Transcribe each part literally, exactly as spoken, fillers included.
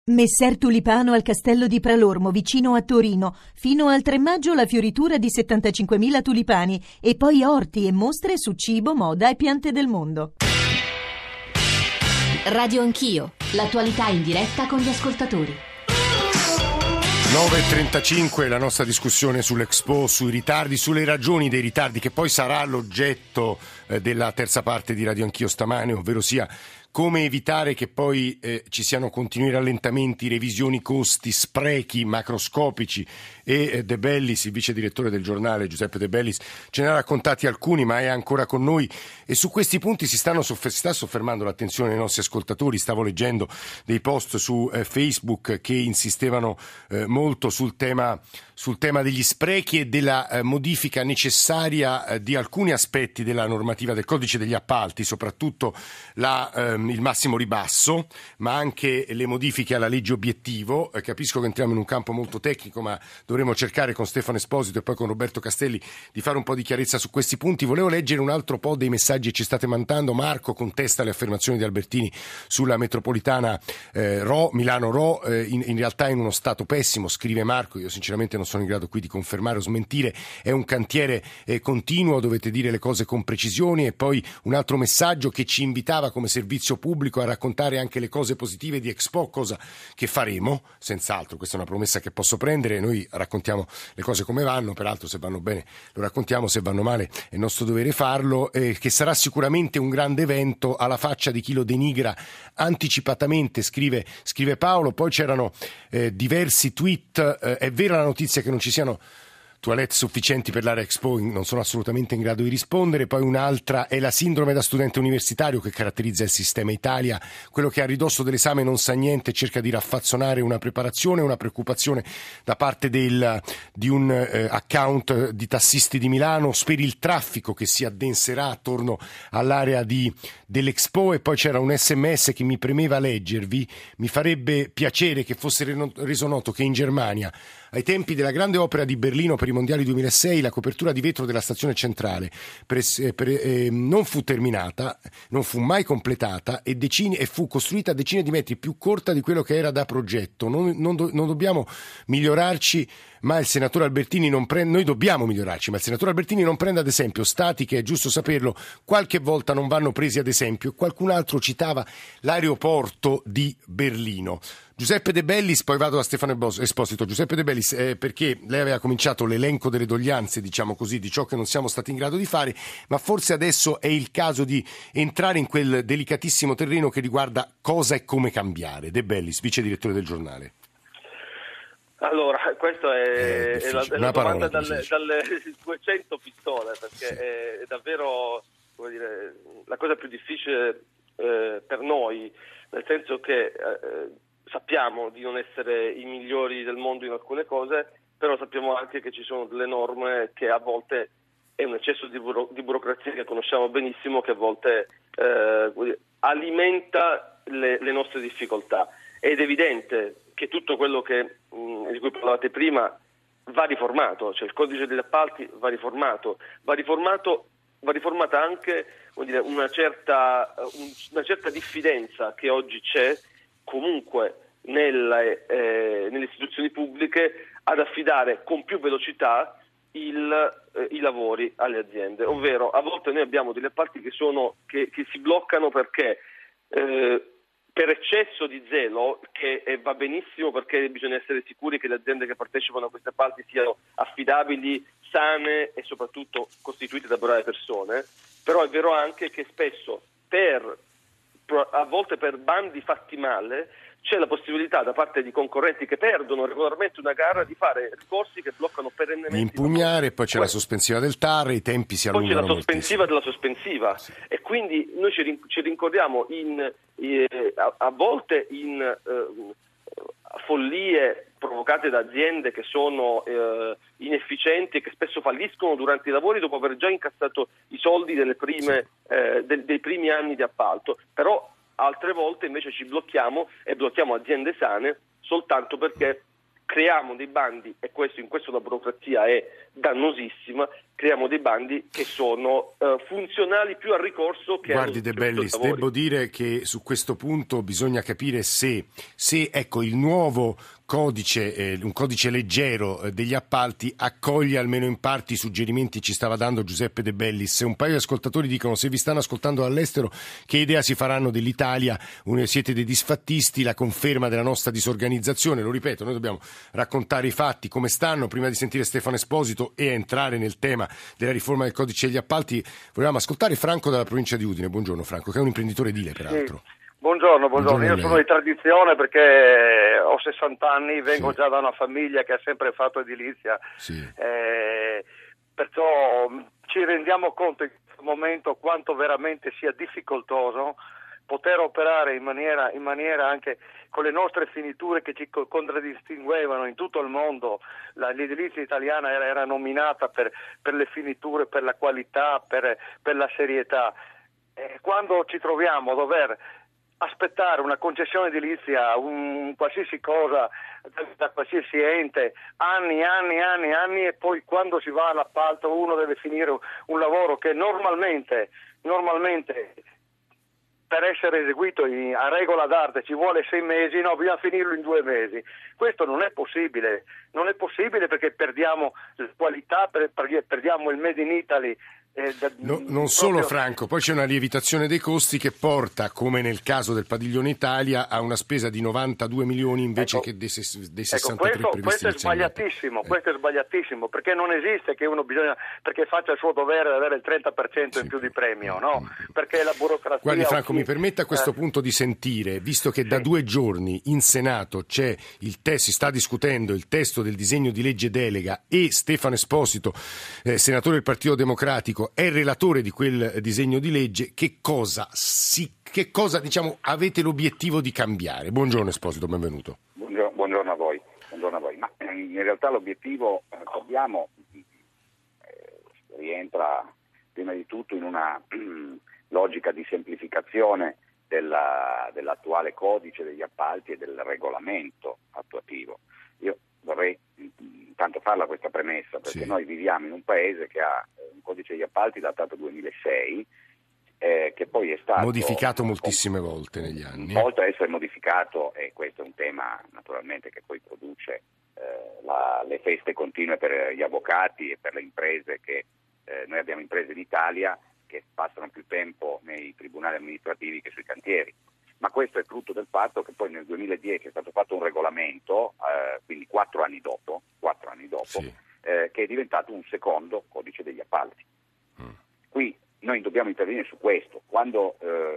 Messer Tulipano al castello di Pralormo, vicino a Torino. Fino al tre maggio la fioritura di settantacinquemila tulipani e poi orti e mostre su cibo, moda e piante del mondo. Radio Anch'io, l'attualità in diretta con gli ascoltatori. nove e trentacinque, la nostra discussione sull'Expo, sui ritardi, sulle ragioni dei ritardi, che poi sarà l'oggetto eh, della terza parte di Radio Anch'io stamane, ovvero sia come evitare che poi eh, ci siano continui rallentamenti, revisioni costi, sprechi macroscopici. E eh, De Bellis, il vice direttore del giornale, Giuseppe De Bellis, ce ne ha raccontati alcuni, ma è ancora con noi e su questi punti si, stanno soffer- si sta soffermando l'attenzione dei nostri ascoltatori. Stavo leggendo dei post su eh, Facebook che insistevano eh, molto sul tema, sul tema degli sprechi e della eh, modifica necessaria eh, di alcuni aspetti della normativa del codice degli appalti, soprattutto la ehm, il massimo ribasso, ma anche le modifiche alla legge obiettivo. Eh, capisco che entriamo in un campo molto tecnico, ma dovremo cercare con Stefano Esposito e poi con Roberto Castelli di fare un po' di chiarezza su questi punti. Volevo leggere un altro po' dei messaggi che ci state mandando. Marco contesta le affermazioni di Albertini sulla metropolitana eh, Ro, Milano-Ro, eh, in, in realtà è in uno stato pessimo, scrive Marco. Io sinceramente non sono in grado qui di confermare o smentire, è un cantiere eh, continuo, dovete dire le cose con precisione. E poi un altro messaggio che ci invitava come servizio pubblico a raccontare anche le cose positive di Expo, cosa che faremo senz'altro. Questa è una promessa che posso prendere. Noi raccontiamo le cose come vanno, peraltro se vanno bene lo raccontiamo, se vanno male è nostro dovere farlo, eh, che sarà sicuramente un grande evento alla faccia di chi lo denigra anticipatamente, scrive, scrive Paolo. Poi c'erano eh, diversi tweet. Eh, è vera la notizia che non ci siano toilette sufficienti per l'area Expo? Non sono assolutamente in grado di rispondere. Poi un'altra è la sindrome da studente universitario che caratterizza il sistema Italia, quello che a ridosso dell'esame non sa niente e cerca di raffazzonare una preparazione, una preoccupazione da parte del, di un eh, account di tassisti di Milano per il traffico che si addenserà attorno all'area di, dell'Expo. E poi c'era un sms che mi premeva leggervi. Mi farebbe piacere che fosse reso noto che in Germania, ai tempi della grande opera di Berlino per i mondiali duemilasei, la copertura di vetro della stazione centrale per, per, eh, non fu terminata, non fu mai completata e, decine, e fu costruita a decine di metri più corta di quello che era da progetto. Non, non, do, non dobbiamo migliorarci, ma il senatore Albertini non prende, noi dobbiamo migliorarci, ma il senatore Albertini non prende ad esempio stati che, è giusto saperlo, qualche volta non vanno presi ad esempio. Qualcun altro citava l'aeroporto di Berlino. Giuseppe De Bellis, poi vado a Stefano Esposito. Giuseppe De Bellis, eh, perché lei aveva cominciato l'elenco delle doglianze, diciamo così, di ciò che non siamo stati in grado di fare, ma forse adesso è il caso di entrare in quel delicatissimo terreno che riguarda cosa e come cambiare. De Bellis, vice direttore del giornale. Allora, questa è, è, è la, è la domanda dalle, dalle duecento pistole, perché sì. è, è davvero, come dire, la cosa più difficile eh, per noi, nel senso che eh, sappiamo di non essere i migliori del mondo in alcune cose, però sappiamo anche che ci sono delle norme che a volte è un eccesso di, buro, di burocrazia che conosciamo benissimo, che a volte eh, alimenta le, le nostre difficoltà. Ed è evidente che tutto quello che, mh, di cui parlavate prima va riformato, cioè il codice degli appalti va riformato, va riformato, va riformata anche, vuol dire, una certa, una certa diffidenza che oggi c'è comunque nelle, eh, nelle istituzioni pubbliche ad affidare con più velocità il, eh, i lavori alle aziende, ovvero a volte noi abbiamo degli appalti che, sono, che, che si bloccano perché eh, per eccesso di zelo, che eh, va benissimo perché bisogna essere sicuri che le aziende che partecipano a questi appalti siano affidabili, sane e soprattutto costituite da brave persone, però è vero anche che spesso per a volte per bandi fatti male c'è la possibilità da parte di concorrenti che perdono regolarmente una gara di fare ricorsi che bloccano perennemente, impugnare, poi c'è la sospensiva del T A R, i tempi si allungano moltissimo. Poi c'è la sospensiva moltissimo. della sospensiva, sì. E quindi noi ci, rin- ci rincorriamo in, eh, a-, a volte in eh, follie provocate da aziende che sono eh, inefficienti e che spesso falliscono durante i lavori dopo aver già incassato i soldi delle prime, sì. eh, de- dei primi anni di appalto. Però altre volte invece ci blocchiamo e blocchiamo aziende sane soltanto perché creiamo dei bandi, e questo in questo la burocrazia è dannosissima, creiamo dei bandi che sono uh, funzionali più al ricorso che Guardi al De Bellis, lavori. devo dire che su questo punto bisogna capire se, se ecco, il nuovo codice, eh, un codice leggero eh, degli appalti accoglie almeno in parte i suggerimenti che ci stava dando Giuseppe De Bellis. Se un paio di ascoltatori dicono: se vi stanno ascoltando dall'estero, che idea si faranno dell'Italia? Siete dei disfattisti, la conferma della nostra disorganizzazione. Lo ripeto, noi dobbiamo raccontare i fatti come stanno. Prima di sentire Stefano Esposito e entrare nel tema della riforma del codice degli appalti, volevamo ascoltare Franco dalla provincia di Udine. Buongiorno Franco, che è un imprenditore edile peraltro. Sì. Buongiorno, buongiorno. buongiorno. Io sono di tradizione perché ho sessanta anni, vengo sì. già da una famiglia che ha sempre fatto edilizia, sì. eh, perciò ci rendiamo conto in questo momento quanto veramente sia difficoltoso poter operare in maniera, in maniera anche con le nostre finiture che ci contraddistinguevano in tutto il mondo. La, l'edilizia italiana era, era nominata per, per le finiture, per la qualità, per, per la serietà. Eh, quando ci troviamo a dover aspettare una concessione edilizia, un qualsiasi cosa da, da qualsiasi ente, anni, anni, anni, anni, e poi quando si va all'appalto uno deve finire un, un lavoro che normalmente, normalmente per essere eseguito in, a regola d'arte ci vuole sei mesi, no, bisogna finirlo in due mesi. Questo non è possibile, non è possibile perché perdiamo la qualità, per, per, perdiamo il Made in Italy. Eh, da, no, non proprio... solo Franco, poi c'è una lievitazione dei costi che porta, come nel caso del Padiglione Italia, a una spesa di novantadue milioni invece ecco, che dei, dei sessantatré ecco, questo, previsti questo è sbagliatissimo, eh. questo è sbagliatissimo, perché non esiste che uno bisogna perché faccia il suo dovere di avere il trenta per cento in sì, più di premio, no? Perché la burocrazia. Guardi Franco, chi... mi permetta a questo eh. punto di sentire, visto che sì. da due giorni in Senato c'è il testo, si sta discutendo il testo del disegno di legge delega e Stefano Esposito, eh, senatore del Partito Democratico, è relatore di quel disegno di legge, che cosa si, che cosa diciamo avete l'obiettivo di cambiare? Buongiorno Esposito, benvenuto. Buongiorno, buongiorno a voi, buongiorno a voi. Ma in realtà l'obiettivo eh, abbiamo eh, rientra prima di tutto in una eh, logica di semplificazione della, dell'attuale codice degli appalti e del regolamento attuativo. Io vorrei intanto farla questa premessa, perché sì. noi viviamo in un paese che ha un codice degli appalti datato duemilasei, eh, che poi è stato modificato moltissime con, volte negli anni. Volto a essere modificato, e questo è un tema naturalmente che poi produce eh, la, le feste continue per gli avvocati e per le imprese, che eh, noi abbiamo imprese in Italia che passano più tempo nei tribunali amministrativi che sui cantieri. Ma questo è frutto del fatto che poi nel duemiladieci è stato fatto un regolamento, eh, quindi quattro anni dopo, quattro anni dopo sì. eh, che è diventato un secondo codice degli appalti. Mm. Qui noi dobbiamo intervenire su questo. Quando,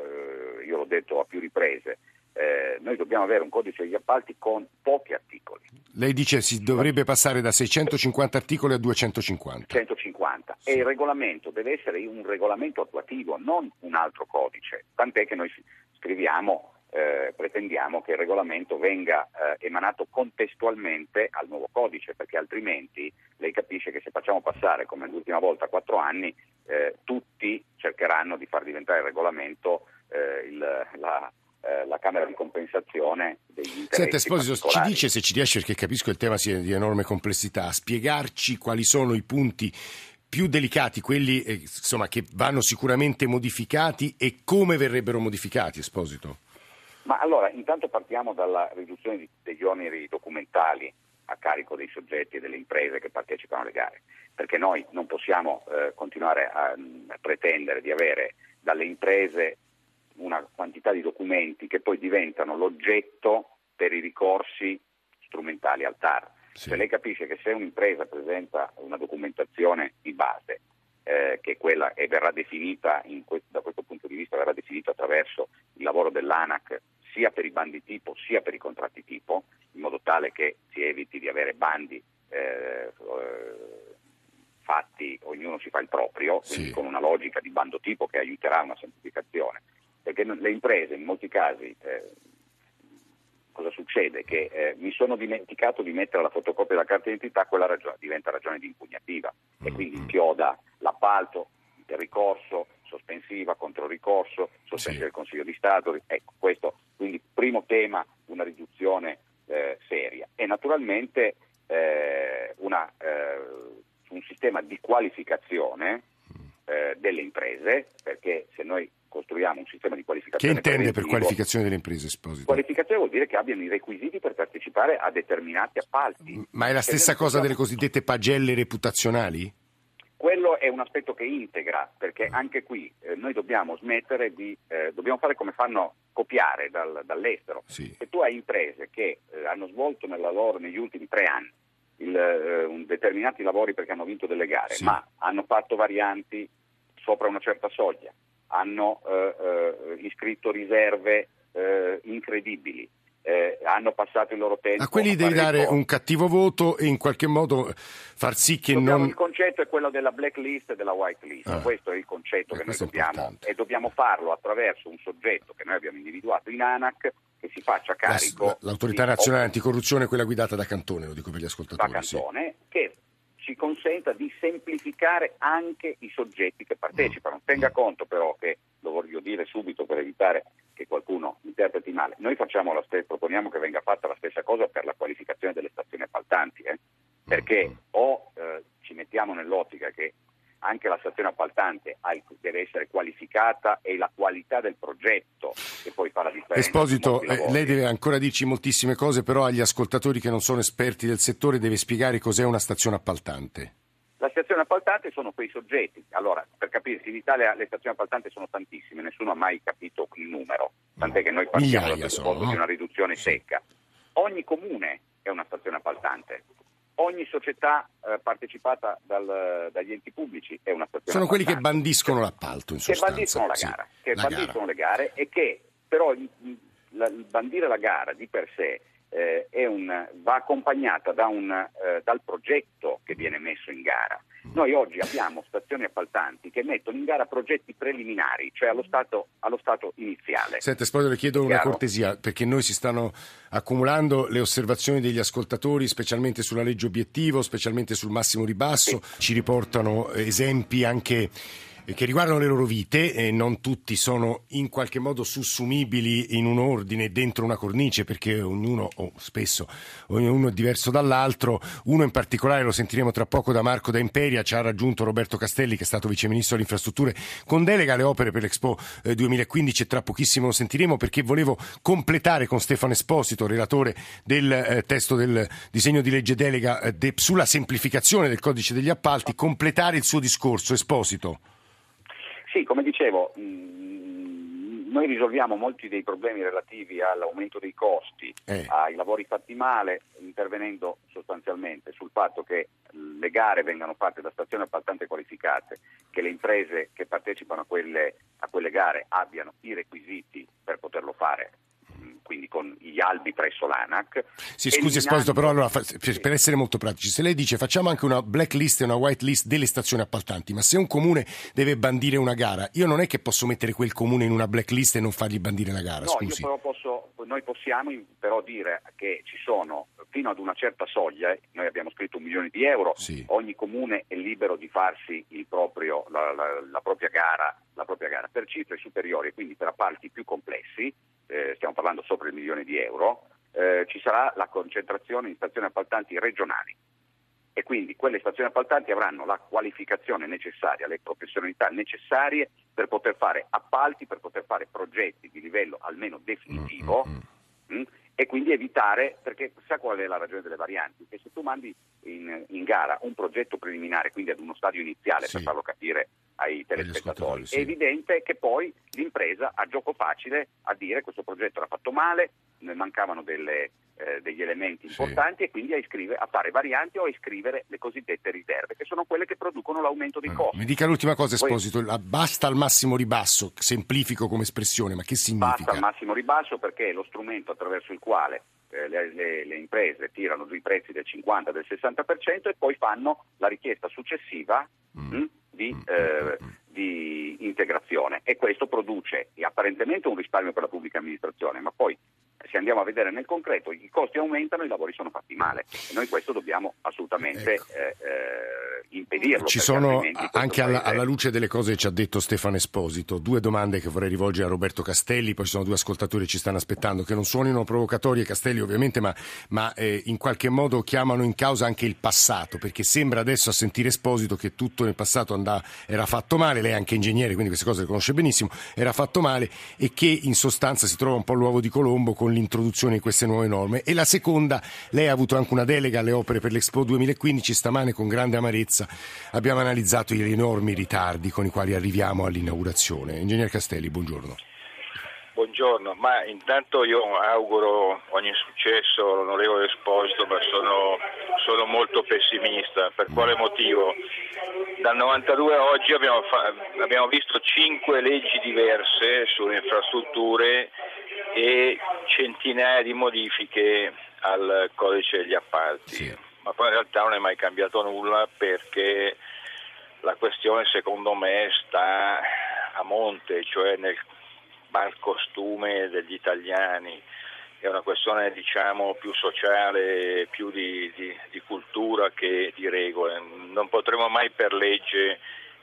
eh, io l'ho detto a più riprese, eh, noi dobbiamo avere un codice degli appalti con pochi articoli. Lei dice si dovrebbe passare da seicentocinquanta articoli a duecentocinquanta. centocinquanta. Sì. E il regolamento deve essere un regolamento attuativo, non un altro codice, tant'è che noi scriviamo, eh, pretendiamo che il regolamento venga eh, emanato contestualmente al nuovo codice, perché altrimenti lei capisce che se facciamo passare come l'ultima volta quattro anni, eh, tutti cercheranno di far diventare il regolamento eh, il, la, eh, la Camera di compensazione degli interessi. Senta Esposito, ci dice, se ci riesce, perché capisco il tema sia di enorme complessità, spiegarci quali sono i punti più delicati, quelli eh, insomma che vanno sicuramente modificati, e come verrebbero modificati, Esposito? Ma allora, intanto partiamo dalla riduzione di, degli oneri documentali a carico dei soggetti e delle imprese che partecipano alle gare, perché noi non possiamo eh, continuare a, a pretendere di avere dalle imprese una quantità di documenti che poi diventano l'oggetto per i ricorsi strumentali al T A R. Sì. Cioè lei capisce che se un'impresa presenta una documentazione di base, eh, che quella e verrà definita in questo, da questo punto di vista verrà definita attraverso il lavoro dell'ANAC sia per i bandi tipo sia per i contratti tipo, in modo tale che si eviti di avere bandi eh, fatti, ognuno si fa il proprio, quindi sì. con una logica di bando tipo che aiuterà una semplificazione, perché le imprese in molti casi eh, cosa succede? Che eh, mi sono dimenticato di mettere la fotocopia della carta d'identità, quella ragione, diventa ragione di impugnativa e quindi inchioda l'appalto, il ricorso, sospensiva, controricorso, sospensiva sì. del Consiglio di Stato. Ecco, questo quindi primo tema, una riduzione eh, seria. E naturalmente eh, una, eh, un sistema di qualificazione eh, delle imprese, perché se noi costruiamo un sistema di qualificazione... Che intende per qualificazione delle imprese, Esposito? Qualificazione vuol dire che abbiano i requisiti per partecipare a determinati appalti. Ma è la stessa se cosa possiamo... delle cosiddette pagelle reputazionali? Quello è un aspetto che integra, perché anche qui eh, noi dobbiamo smettere di, eh, dobbiamo fare come fanno copiare dal, dall'estero. Sì. Se tu hai imprese che eh, hanno svolto nella loro, negli ultimi tre anni il, eh, un determinati lavori perché hanno vinto delle gare, sì. ma hanno fatto varianti sopra una certa soglia, hanno eh, eh, iscritto riserve eh, incredibili, Eh, hanno passato il loro tempo. A quelli devi dare riporto. un cattivo voto e in qualche modo far sì che dobbiamo, non... Il concetto è quello della blacklist e della whitelist, ah, questo è il concetto che noi dobbiamo, importante. e dobbiamo farlo attraverso un soggetto che noi abbiamo individuato in ANAC, che si faccia carico... La, l'autorità di, nazionale anticorruzione è quella guidata da Cantone, lo dico per gli ascoltatori. Da Cantone, sì. che ci consenta di semplificare anche i soggetti che partecipano. Tenga conto però che, lo voglio dire subito per evitare che qualcuno interpreti male, noi facciamo la stessa, proponiamo che venga fatta la stessa cosa per la qualificazione delle stazioni appaltanti, eh? perché o eh, ci mettiamo nell'ottica che anche la stazione appaltante deve essere qualificata e la qualità del progetto che poi fa la differenza. Esposito, eh, lei deve ancora dirci moltissime cose, però agli ascoltatori che non sono esperti del settore deve spiegare cos'è una stazione appaltante. La stazione appaltante sono quei soggetti, allora per capirsi in Italia le stazioni appaltanti sono tantissime, nessuno ha mai capito il numero, tant'è che noi partiamo dal presupposto di una riduzione secca. Ogni comune è una stazione appaltante. Ogni società eh, partecipata dal, dagli enti pubblici è una stazione Sono appaltante. quelli che bandiscono l'appalto, in sostanza. Che bandiscono la gara, sì, che la bandiscono gara. le gare e che però il, il, il bandire la gara di per sé eh, è un, va accompagnata da un, eh, dal progetto che viene messo in gara. Noi oggi abbiamo stazioni appaltanti che mettono in gara progetti preliminari, cioè allo stato, allo stato iniziale. Senta, Esposito, le chiedo una cortesia, perché noi si stanno accumulando le osservazioni degli ascoltatori, specialmente sulla legge obiettivo, specialmente sul massimo ribasso. Sì. Ci riportano esempi anche che riguardano le loro vite, e non tutti sono in qualche modo sussumibili in un ordine dentro una cornice, perché ognuno, o spesso ognuno è diverso dall'altro. Uno in particolare, lo sentiremo tra poco da Marco da Imperia, ci ha raggiunto Roberto Castelli, che è stato viceministro delle infrastrutture con delega alle opere per l'Expo eh, duemilaquindici, e tra pochissimo lo sentiremo, perché volevo completare con Stefano Esposito, relatore del eh, testo del disegno di legge delega eh, de, sulla semplificazione del codice degli appalti, completare il suo discorso. Esposito. Sì, come dicevo, mh, noi risolviamo molti dei problemi relativi all'aumento dei costi, eh. ai lavori fatti male, intervenendo sostanzialmente sul fatto che le gare vengano fatte da stazioni appaltanti qualificate, che le imprese che partecipano a quelle, a quelle gare abbiano i requisiti per poterlo fare, quindi con gli albi presso l'ANAC. Sì, scusi Esposito, però allora, per, per essere molto pratici, se lei dice facciamo anche una blacklist e una whitelist delle stazioni appaltanti, ma se un comune deve bandire una gara, io non è che posso mettere quel comune in una blacklist e non fargli bandire la gara, no, scusi. Io però posso, noi possiamo però dire che ci sono, fino ad una certa soglia, noi abbiamo scritto un milione di euro, sì. Ogni comune è libero di farsi il proprio, la, la, la propria gara, la propria gara per cifre superiori, e quindi per appalti più complessi, eh, stiamo parlando sopra il milione di euro, eh, ci sarà la concentrazione in stazioni appaltanti regionali, e quindi quelle stazioni appaltanti avranno la qualificazione necessaria, le professionalità necessarie per poter fare appalti, per poter fare progetti di livello almeno definitivo, mm-hmm. mh, e quindi evitare, perché sa qual è la ragione delle varianti? Che se tu mandi in, in gara un progetto preliminare, quindi ad uno stadio iniziale, sì. per farlo capire ai telespettatori, sì. è evidente che poi l'impresa ha gioco facile a dire questo progetto era fatto male, ne mancavano delle, eh, degli elementi importanti, sì. e quindi a, iscrivere, a fare varianti o a iscrivere le cosiddette riserve, che sono quelle che producono l'aumento dei costi. Mi dica l'ultima cosa, Esposito, poi, basta al massimo ribasso, semplifico come espressione, ma che significa? Basta al massimo ribasso perché è lo strumento attraverso il quale eh, le, le, le imprese tirano giù i prezzi del cinquanta, del sessanta per cento e poi fanno la richiesta successiva mm. mh, di, eh, di integrazione, e questo produce apparentemente un risparmio per la pubblica amministrazione, ma poi se andiamo a vedere nel concreto i costi aumentano e i lavori sono fatti male, e noi questo dobbiamo assolutamente ecco. eh, eh, impedirlo. Ci sono, anche alla, alla luce delle cose che ci ha detto Stefano Esposito, due domande che vorrei rivolgere a Roberto Castelli, poi ci sono due ascoltatori che ci stanno aspettando, che non suonino provocatorie, Castelli ovviamente, ma, ma eh, in qualche modo chiamano in causa anche il passato, perché sembra adesso a sentire Esposito che tutto nel passato andava, era fatto male, lei è anche ingegnere, quindi queste cose le conosce benissimo, era fatto male, e che in sostanza si trova un po' l'uovo di Colombo con l'introduzione di queste nuove norme. E la seconda, lei ha avuto anche una delega alle opere per l'Expo duemilaquindici, stamane con grande amarezza abbiamo analizzato gli enormi ritardi con i quali arriviamo all'inaugurazione. Ingegner Castelli, buongiorno. Buongiorno, ma intanto io auguro ogni successo all'onorevole Esposito, ma sono, sono molto pessimista. Per quale motivo? Dal novantadue a oggi abbiamo, fa- abbiamo visto cinque leggi diverse sulle infrastrutture e centinaia di modifiche al codice degli appalti. Sì. Ma poi in realtà non è mai cambiato nulla, perché la questione secondo me sta a monte, cioè nel malcostume degli italiani. È una questione, diciamo, più sociale, più di, di, di cultura che di regole. Non potremo mai per legge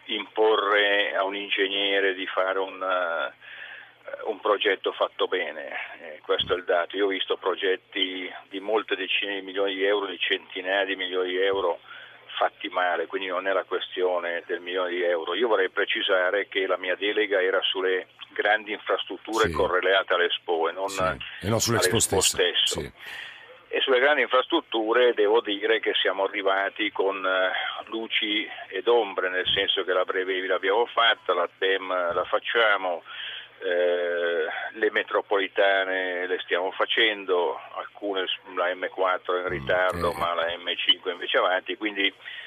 imporre a un ingegnere di fare un, uh, un progetto fatto bene, eh, questo è il dato. Io ho visto progetti di molte decine di milioni di euro, di centinaia di milioni di euro fatti male, quindi non è la questione del milione di euro. Io vorrei precisare che la mia delega era sulle grandi infrastrutture sì. correlate all'Expo e non, sì. e non sull'Expo stesso. stesso. Sì. E sulle grandi infrastrutture devo dire che siamo arrivati con uh, luci ed ombre, nel senso che la Brevevi l'abbiamo fatta, la T E M la facciamo, eh, le metropolitane le stiamo facendo, alcune la M quattro in ritardo, mm, eh. ma la M cinque invece avanti, quindi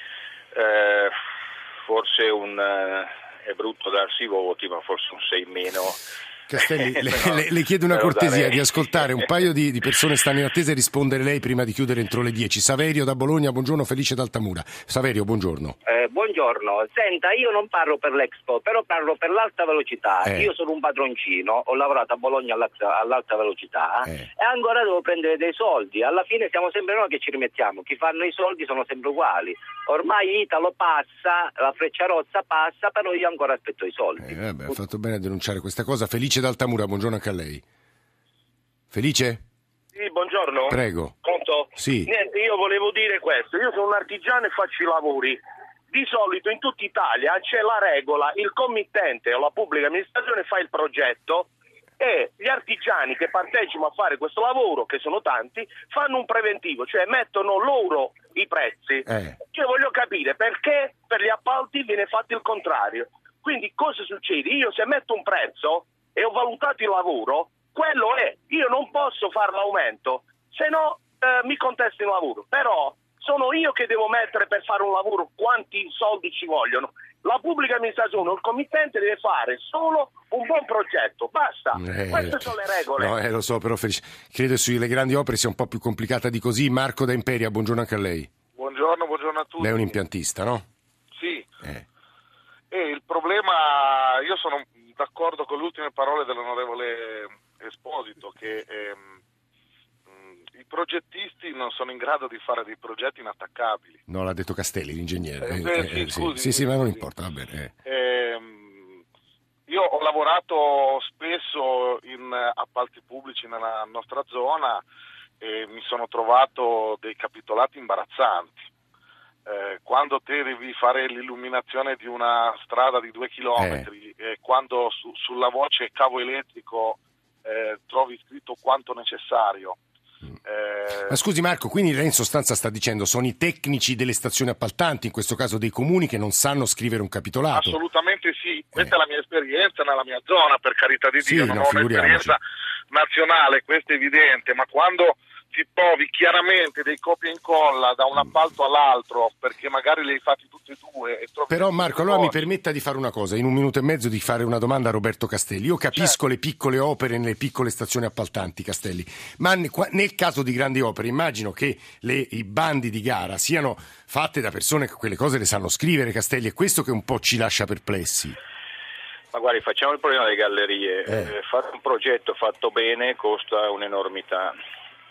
eh, forse un, uh, è brutto darsi i voti, ma forse un sei meno. Castelli, le, le, le chiedo una cortesia di ascoltare un paio di, di persone stanno in attesa e rispondere lei prima di chiudere entro le dieci. Saverio da Bologna, buongiorno. Felice d'Altamura. Saverio, buongiorno. Eh, buongiorno. Senta, io non parlo per l'Expo, però parlo per l'alta velocità. Eh. Io sono un padroncino, ho lavorato a Bologna all'alta, all'alta velocità eh. e ancora devo prendere dei soldi. Alla fine siamo sempre noi che ci rimettiamo. Chi fanno i soldi sono sempre uguali. Ormai Italo passa, la Freccia Rossa passa, però io ancora aspetto i soldi. Eh, vabbè, ha fatto bene a denunciare questa cosa. Felice d'Altamura, buongiorno anche a lei. Felice? Sì, buongiorno. Prego. Pronto? Sì. Niente, io volevo dire questo. Io sono un artigiano e faccio i lavori. Di solito in tutta Italia c'è la regola, il committente o la pubblica amministrazione fa il progetto e gli artigiani che partecipano a fare questo lavoro, che sono tanti, fanno un preventivo, cioè mettono loro i prezzi. Eh. Io voglio capire perché per gli appalti viene fatto il contrario. Quindi cosa succede? Io se metto un prezzo e ho valutato il lavoro, quello è, io non posso fare l'aumento, se no eh, mi contesto il lavoro, però sono io che devo mettere per fare un lavoro quanti soldi ci vogliono. La pubblica amministrazione o il committente deve fare solo un buon progetto, basta, eh, queste sono le regole. No, eh, lo so, però Felice, credo sulle grandi opere sia un po' più complicata di così. Marco da Imperia, buongiorno anche a lei. Buongiorno, buongiorno a tutti. Lei è un impiantista, no? Sì. Eh. E il problema, io sono d'accordo con le ultime parole dell'onorevole Esposito, che ehm, i progettisti non sono in grado di fare dei progetti inattaccabili. No, l'ha detto Castelli, l'ingegnere. Eh, eh, eh, sì, eh, scusi, sì, sì, scusi. ma non importa, va bene. Eh. Ehm, io ho lavorato spesso in appalti pubblici nella nostra zona e mi sono trovato dei capitolati imbarazzanti. Eh, quando te devi fare l'illuminazione di una strada di due chilometri eh. e quando su, sulla voce cavo elettrico eh, trovi scritto quanto necessario. Eh... Ma scusi Marco, quindi lei in sostanza sta dicendo sono i tecnici delle stazioni appaltanti, in questo caso dei comuni, che non sanno scrivere un capitolato? Assolutamente sì, questa eh. è la mia esperienza nella mia zona, per carità di sì, Dio, no, non ho un'esperienza nazionale, questo è evidente, ma quando ti trovi chiaramente dei copia e incolla da un appalto all'altro, perché magari li hai fatti tutti e due e trovi. Però Marco, allora mi permetta di fare una cosa, in un minuto e mezzo di fare una domanda a Roberto Castelli. Io capisco certo. le piccole opere nelle piccole stazioni appaltanti, Castelli, ma nel caso di grandi opere immagino che le, i bandi di gara siano fatte da persone che quelle cose le sanno scrivere, Castelli, è questo che un po' ci lascia perplessi. Ma guardi, facciamo il problema delle gallerie. Eh. Eh, fare un progetto fatto bene costa un'enormità.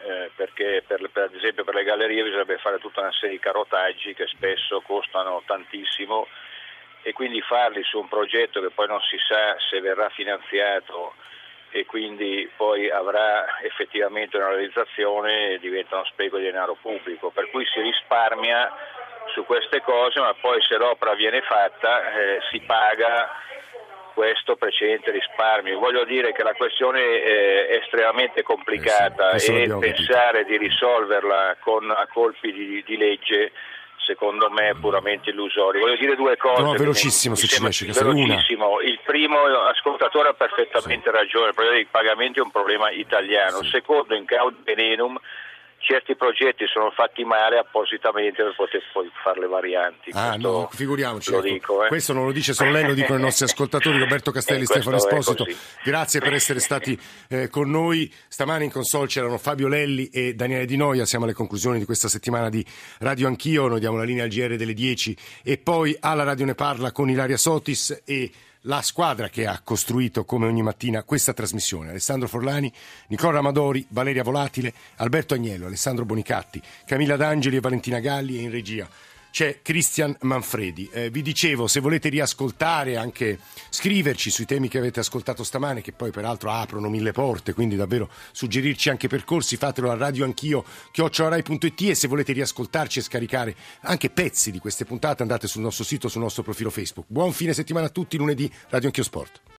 eh, perché per, per, ad esempio per le gallerie bisognerebbe fare tutta una serie di carotaggi che spesso costano tantissimo, e quindi farli su un progetto che poi non si sa se verrà finanziato e quindi poi avrà effettivamente una realizzazione, diventa uno spreco di denaro pubblico, per cui si risparmia su queste cose, ma poi se l'opera viene fatta eh, si paga questo precedente risparmio. Voglio dire che la questione eh, è estremamente complicata, eh sì, e pensare capito. di risolverla con a colpi di, di legge secondo me è puramente illusorio. Voglio dire due cose. No, velocissimo, se ci riesce, che velocissimo. Il primo ascoltatore ha perfettamente sì. ragione, il problema dei pagamenti è un problema italiano. Sì. Secondo, in cauda venenum, certi progetti sono fatti male appositamente per poter poi fare le varianti. Ah, questo no, figuriamoci. Lo ecco. dico, eh. Questo non lo dice solo lei, lo dicono i nostri ascoltatori. Roberto Castelli, eh, Stefano Esposito, grazie per essere stati eh, con noi. Stamani in console c'erano Fabio Lelli e Daniele Di Noia. Siamo alle conclusioni di questa settimana di Radio Anch'io. Noi diamo la linea al G R delle dieci e poi alla Radio Ne Parla con Ilaria Sotis e la squadra che ha costruito come ogni mattina questa trasmissione: Alessandro Forlani, Nicola Amadori, Valeria Volatile, Alberto Agnello, Alessandro Bonicatti, Camilla D'Angeli e Valentina Galli, e in regia c'è Cristian Manfredi. Eh, vi dicevo, se volete riascoltare, anche scriverci sui temi che avete ascoltato stamane, che poi peraltro aprono mille porte, quindi davvero suggerirci anche percorsi, fatelo a Radio Anch'io chiocciola rai punto it, e se volete riascoltarci e scaricare anche pezzi di queste puntate andate sul nostro sito, sul nostro profilo Facebook. Buon fine settimana a tutti. Lunedì Radio Anch'io Sport.